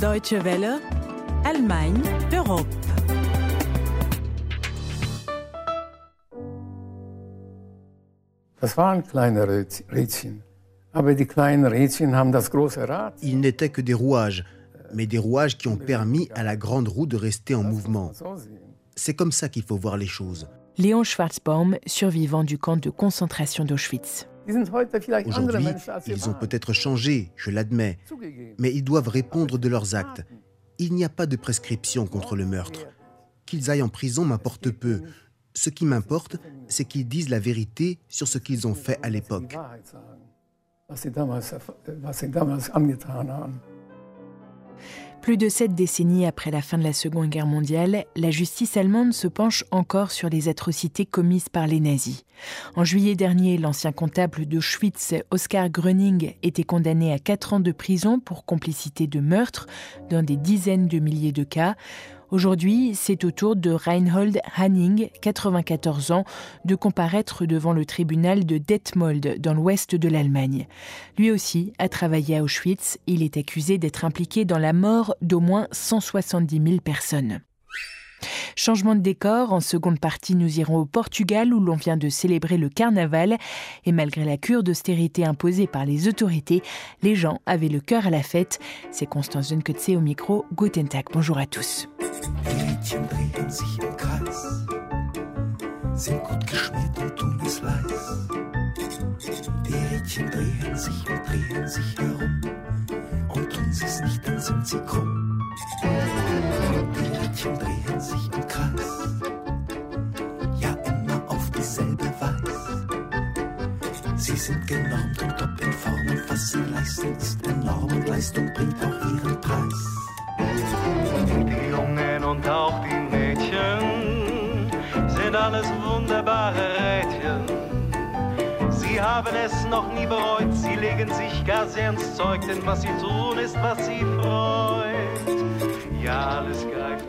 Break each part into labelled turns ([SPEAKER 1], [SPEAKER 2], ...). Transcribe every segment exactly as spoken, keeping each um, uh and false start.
[SPEAKER 1] Deutsche Welle, Allemagne, Europe.
[SPEAKER 2] Das waren kleine Rädchen. Aber die kleinen Rädchen haben das große Rad.
[SPEAKER 3] Ils n'étaient que des rouages, mais des rouages qui ont permis à la grande roue de rester en mouvement. C'est comme ça qu'il faut voir les choses.
[SPEAKER 4] Léon Schwarzbaum, survivant du camp de concentration d'Auschwitz.
[SPEAKER 3] Aujourd'hui, ils ont peut-être changé, je l'admets, mais ils doivent répondre de leurs actes. Il n'y a pas de prescription contre le meurtre. Qu'ils aillent en prison m'importe peu. Ce qui m'importe, c'est qu'ils disent la vérité sur ce qu'ils ont fait à l'époque.
[SPEAKER 4] Plus de sept décennies après la fin de la Seconde Guerre mondiale, la justice allemande se penche encore sur les atrocités commises par les nazis. En juillet dernier, l'ancien comptable d'Auschwitz, Oskar Gröning, était condamné à quatre ans de prison pour complicité de meurtre dans des dizaines de milliers de cas. Aujourd'hui, c'est au tour de Reinhold Hanning, quatre-vingt-quatorze ans, de comparaître devant le tribunal de Detmold, dans l'ouest de l'Allemagne. Lui aussi a travaillé à Auschwitz. Il est accusé d'être impliqué dans la mort d'au moins cent soixante-dix mille personnes. Changement de décor, en seconde partie, nous irons au Portugal où l'on vient de célébrer le carnaval. Et malgré la cure d'austérité imposée par les autorités, les gens avaient le cœur à la fête. C'est Constance Zenkotze au micro. Guten Tag, bonjour à tous.
[SPEAKER 5] Die Rädchen drehen sich im Kreis, sind gut geschmiert und tun es weiß. Die Rädchen drehen sich und drehen sich herum, und tun sie's nicht, dann sind sie krumm. Die Rädchen drehen sich im Kreis, ja immer auf dieselbe Weise. Sie sind genormt und top in Form, und was sie leisten ist enorm, und Leistung bringt auch ihren Preis.
[SPEAKER 6] Die Jungen und auch die Mädchen sind alles wunderbare Rädchen. Sie haben es noch nie bereut, sie legen sich gar sehr ins Zeug, denn was sie tun ist, was sie freut. Ja, alles greift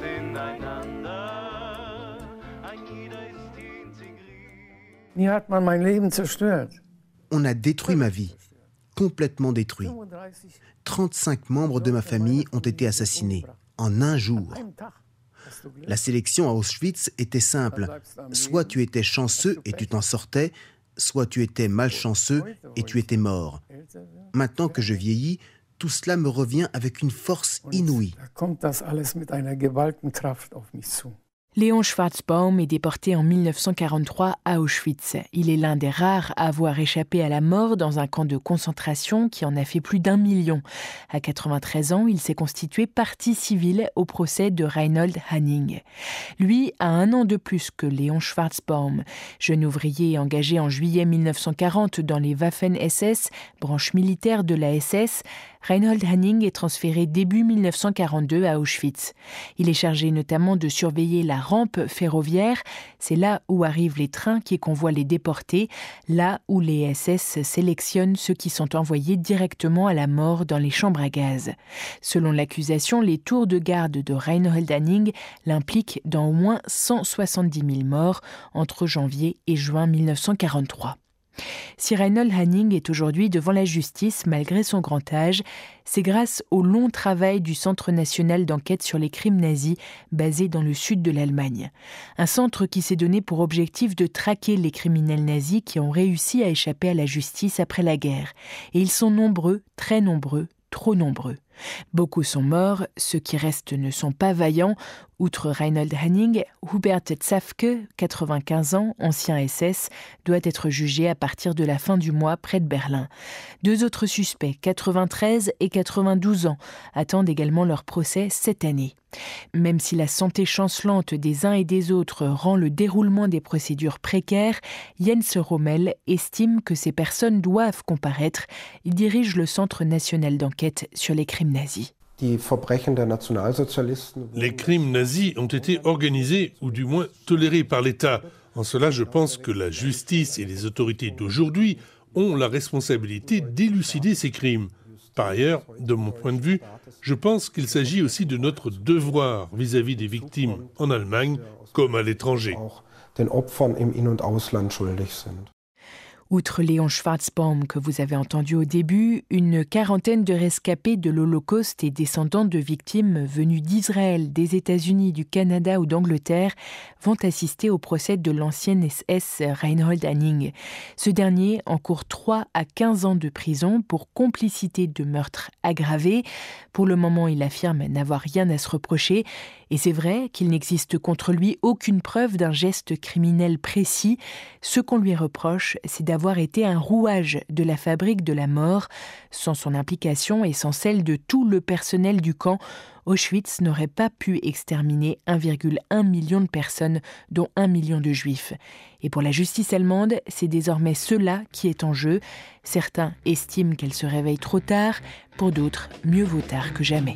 [SPEAKER 6] ineinander, ein jeder ist integriert.
[SPEAKER 2] Wie hat man mein Leben zerstört?
[SPEAKER 3] On a détruit ma vie, complètement détruit. trente-cinq membres de ma famille ont été assassinés. En un jour. La sélection à Auschwitz était simple. Soit tu étais chanceux et tu t'en sortais, soit tu étais malchanceux et tu étais mort. Maintenant que je vieillis, tout cela me revient avec une force inouïe.
[SPEAKER 4] Léon Schwarzbaum est déporté en mille neuf cent quarante-trois à Auschwitz. Il est l'un des rares à avoir échappé à la mort dans un camp de concentration qui en a fait plus d'un million. À quatre-vingt-treize ans, il s'est constitué partie civile au procès de Reinhold Hanning. Lui a un an de plus que Léon Schwarzbaum. Jeune ouvrier engagé en juillet mille neuf cent quarante dans les Waffen-S S, branche militaire de la S S, Reinhold Hanning est transféré début mille neuf cent quarante-deux à Auschwitz. Il est chargé notamment de surveiller la rampe ferroviaire. C'est là où arrivent les trains qui convoient les déportés, là où les S S sélectionnent ceux qui sont envoyés directement à la mort dans les chambres à gaz. Selon l'accusation, les tours de garde de Reinhold Hanning l'impliquent dans au moins cent soixante-dix mille morts entre janvier et juin mille neuf cent quarante-trois. Si Reinhold Hanning est aujourd'hui devant la justice malgré son grand âge, c'est grâce au long travail du Centre national d'enquête sur les crimes nazis basé dans le sud de l'Allemagne. Un centre qui s'est donné pour objectif de traquer les criminels nazis qui ont réussi à échapper à la justice après la guerre. Et ils sont nombreux, très nombreux, trop nombreux. Beaucoup sont morts, ceux qui restent ne sont pas vaillants. Outre Reinhold Hanning, Hubert Zafke, quatre-vingt-quinze ans, ancien S S, doit être jugé à partir de la fin du mois près de Berlin. Deux autres suspects, quatre-vingt-treize et quatre-vingt-douze ans, attendent également leur procès cette année. Même si la santé chancelante des uns et des autres rend le déroulement des procédures précaires, Jens Rommel estime que ces personnes doivent comparaître. Il dirige le Centre national d'enquête sur les crimes nazis.
[SPEAKER 7] Les crimes nazis ont été organisés ou du moins tolérés par l'État. En cela, je pense que la justice et les autorités d'aujourd'hui ont la responsabilité d'élucider ces crimes. Par ailleurs, de mon point de vue, je pense qu'il s'agit aussi de notre devoir vis-à-vis des victimes en Allemagne comme à l'étranger.
[SPEAKER 4] Outre Léon Schwarzbaum que vous avez entendu au début, une quarantaine de rescapés de l'Holocauste et descendants de victimes venus d'Israël, des États-Unis, du Canada ou d'Angleterre vont assister au procès de l'ancien S S Reinhold Hanning. Ce dernier encourt trois à quinze ans de prison pour complicité de meurtre aggravé. Pour le moment, il affirme n'avoir rien à se reprocher. Et c'est vrai qu'il n'existe contre lui aucune preuve d'un geste criminel précis. Ce qu'on lui reproche, c'est d'avoir été un rouage de la fabrique de la mort. Sans son implication et sans celle de tout le personnel du camp, Auschwitz n'aurait pas pu exterminer un virgule un million de personnes, dont un million de juifs. Et pour la justice allemande, c'est désormais cela qui est en jeu. Certains estiment qu'elle se réveille trop tard, pour d'autres, mieux vaut tard que jamais.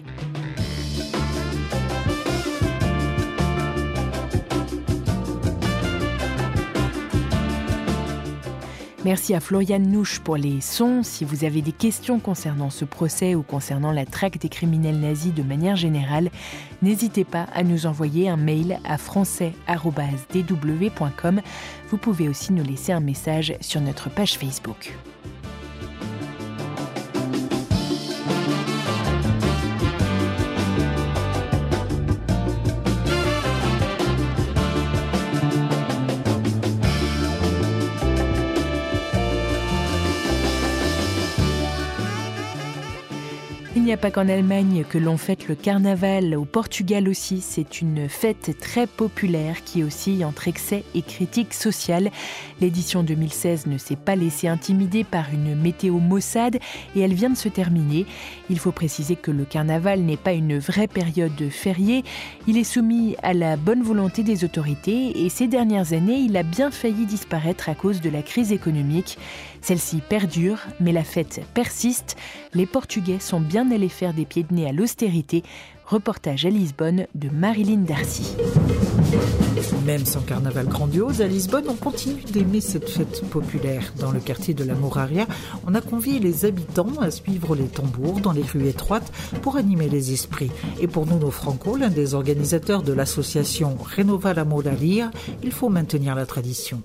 [SPEAKER 4] Merci à Florian Nouch pour les sons. Si vous avez des questions concernant ce procès ou concernant la traque des criminels nazis de manière générale, n'hésitez pas à nous envoyer un mail à français arobase d w point com. Vous pouvez aussi nous laisser un message sur notre page Facebook. Il n'y a pas qu'en Allemagne que l'on fête le carnaval. Au Portugal aussi, c'est une fête très populaire qui oscille entre excès et critique sociale. L'édition deux mille seize ne s'est pas laissée intimider par une météo maussade et elle vient de se terminer. Il faut préciser que le carnaval n'est pas une vraie période fériée. Il est soumis à la bonne volonté des autorités et ces dernières années, il a bien failli disparaître à cause de la crise économique. Celle-ci perdure, mais la fête persiste. Les Portugais sont bien allés faire des pieds de nez à l'austérité. Reportage à Lisbonne de Marilyn Darcy.
[SPEAKER 8] Même sans carnaval grandiose, à Lisbonne, on continue d'aimer cette fête populaire. Dans le quartier de la Moraria, on a convié les habitants à suivre les tambours dans les rues étroites pour animer les esprits. Et pour Nuno Franco, l'un des organisateurs de l'association Renova la Moraria, il faut maintenir la tradition.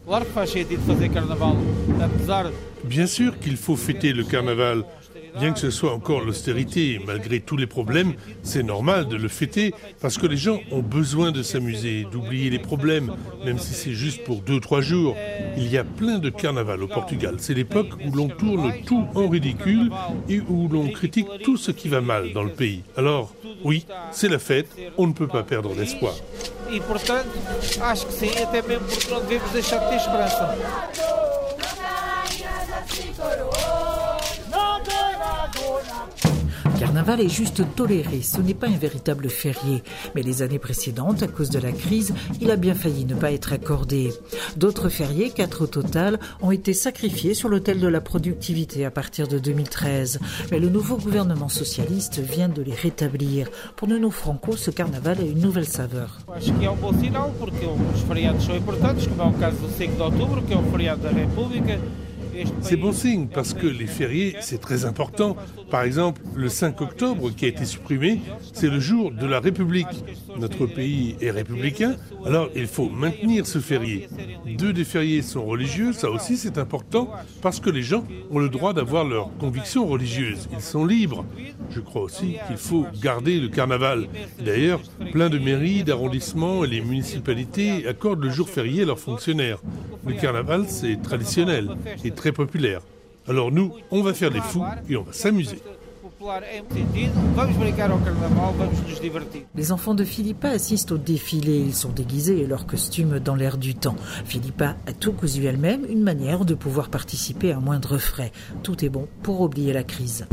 [SPEAKER 7] Bien sûr qu'il faut fêter le carnaval. Bien que ce soit encore l'austérité, malgré tous les problèmes, c'est normal de le fêter parce que les gens ont besoin de s'amuser, d'oublier les problèmes, même si c'est juste pour deux, trois jours. Il y a plein de carnaval au Portugal. C'est l'époque où l'on tourne tout en ridicule et où l'on critique tout ce qui va mal dans le pays. Alors, oui, c'est la fête, on ne peut pas perdre l'espoir.
[SPEAKER 9] E, portanto, acho que sim, até mesmo porque não devemos deixar de ter esperança.
[SPEAKER 8] Le carnaval est juste toléré, ce n'est pas un véritable férié. Mais les années précédentes, à cause de la crise, il a bien failli ne pas être accordé. D'autres fériés, quatre au total, ont été sacrifiés sur l'autel de la productivité à partir de deux mille treize. Mais le nouveau gouvernement socialiste vient de les rétablir. Pour Nuno Franco, ce carnaval a une nouvelle saveur.
[SPEAKER 9] Acho que é bom sinal porque os feriados são importantes, como é o caso do cinco de outubro, que é o feriado da República.
[SPEAKER 7] C'est bon signe parce que les fériés, c'est très important. Par exemple, le cinq octobre qui a été supprimé, c'est le jour de la République. Notre pays est républicain, alors il faut maintenir ce férié. Deux des fériés sont religieux, ça aussi c'est important parce que les gens ont le droit d'avoir leurs convictions religieuses. Ils sont libres. Je crois aussi qu'il faut garder le carnaval. D'ailleurs, plein de mairies, d'arrondissements et les municipalités accordent le jour férié à leurs fonctionnaires. Le carnaval, c'est traditionnel et très populaire. Alors nous, on va faire des fous et on va s'amuser.
[SPEAKER 8] Les enfants de Philippa assistent au défilé. Ils sont déguisés et leurs costumes dans l'air du temps. Philippa a tout cousu elle-même, une manière de pouvoir participer à moindre frais. Tout est bon pour oublier la crise.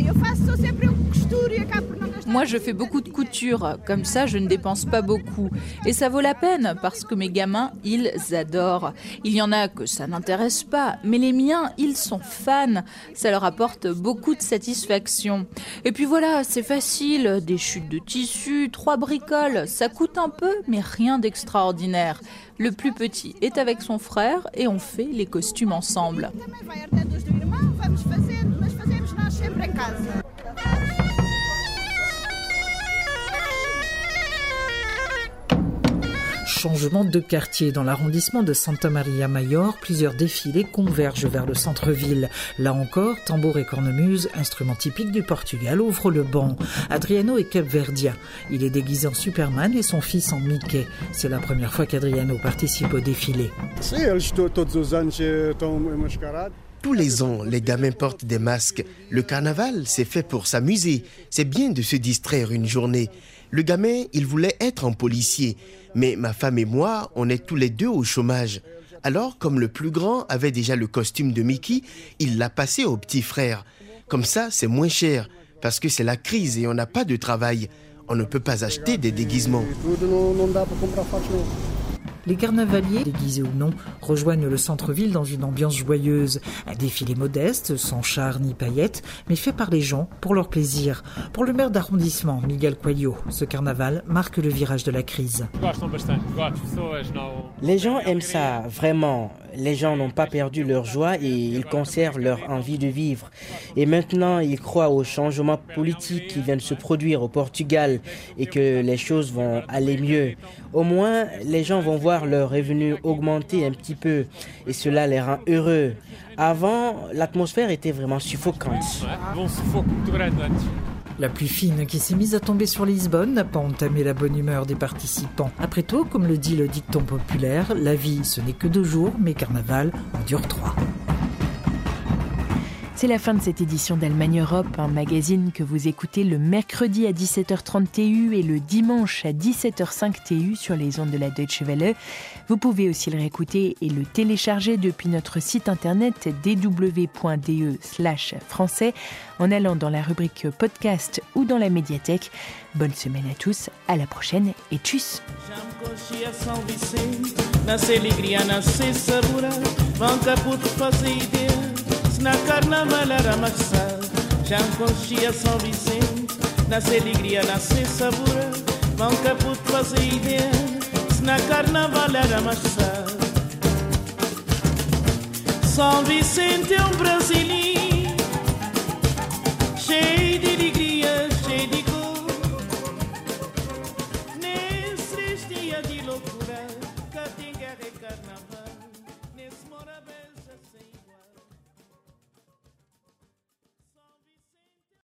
[SPEAKER 10] Moi, je fais beaucoup de couture. Comme ça, je ne dépense pas beaucoup. Et ça vaut la peine parce que mes gamins, ils adorent. Il y en a que ça n'intéresse pas, mais les miens, ils sont fans. Ça leur apporte beaucoup de satisfaction. Et puis voilà, c'est facile. Des chutes de tissu, trois bricoles. Ça coûte un peu, mais rien d'extraordinaire. Le plus petit est avec son frère et on fait les costumes ensemble.
[SPEAKER 8] changement de quartier. Dans l'arrondissement de Santa Maria Maior, plusieurs défilés convergent vers le centre-ville. Là encore, tambour et cornemuse, instruments typiques du Portugal, ouvrent le banc. Adriano est capverdien. Il est déguisé en Superman et son fils en Mickey. C'est la première fois qu'Adriano participe au défilé.
[SPEAKER 11] Tous les ans, les gamins portent des masques. Le carnaval, c'est fait pour s'amuser. C'est bien de se distraire une journée. Le gamin, il voulait être un policier. Mais ma femme et moi, on est tous les deux au chômage. Alors, comme le plus grand avait déjà le costume de Mickey, il l'a passé au petit frère. Comme ça, c'est moins cher, parce que c'est la crise et on n'a pas de travail. On ne peut pas acheter des déguisements.
[SPEAKER 8] Les carnavaliers, déguisés ou non, rejoignent le centre-ville dans une ambiance joyeuse. Un défilé modeste, sans chars ni paillettes, mais fait par les gens pour leur plaisir. Pour le maire d'arrondissement, Miguel Coelho, ce carnaval marque le virage de la crise.
[SPEAKER 12] Les gens aiment ça, vraiment. Les gens n'ont pas perdu leur joie et ils conservent leur envie de vivre. Et maintenant, ils croient au changement politique qui vient de se produire au Portugal et que les choses vont aller mieux. Au moins, les gens vont voir leurs revenus augmenter un petit peu et cela les rend heureux. Avant, l'atmosphère était vraiment suffocante.
[SPEAKER 8] La pluie fine qui s'est mise à tomber sur Lisbonne n'a pas entamé la bonne humeur des participants. Après tout, comme le dit le dicton populaire, la vie ce n'est que deux jours, mais carnaval en dure trois.
[SPEAKER 4] C'est la fin de cette édition d'Allemagne Europe, un magazine que vous écoutez le mercredi à dix-sept heures trente T U et le dimanche à dix-sept heures cinq T U sur les ondes de la Deutsche Welle. Vous pouvez aussi le réécouter et le télécharger depuis notre site internet d w point d e slash français en allant dans la rubrique podcast ou dans la médiathèque. Bonne semaine à tous, à la prochaine et tchuss.
[SPEAKER 9] Na carnaval era marçal, já conchia São Vicente, nasce alegria, nasce sabor, vão caputo fazer ideia, se na carnaval era marçal. São Vicente é um brasileiro,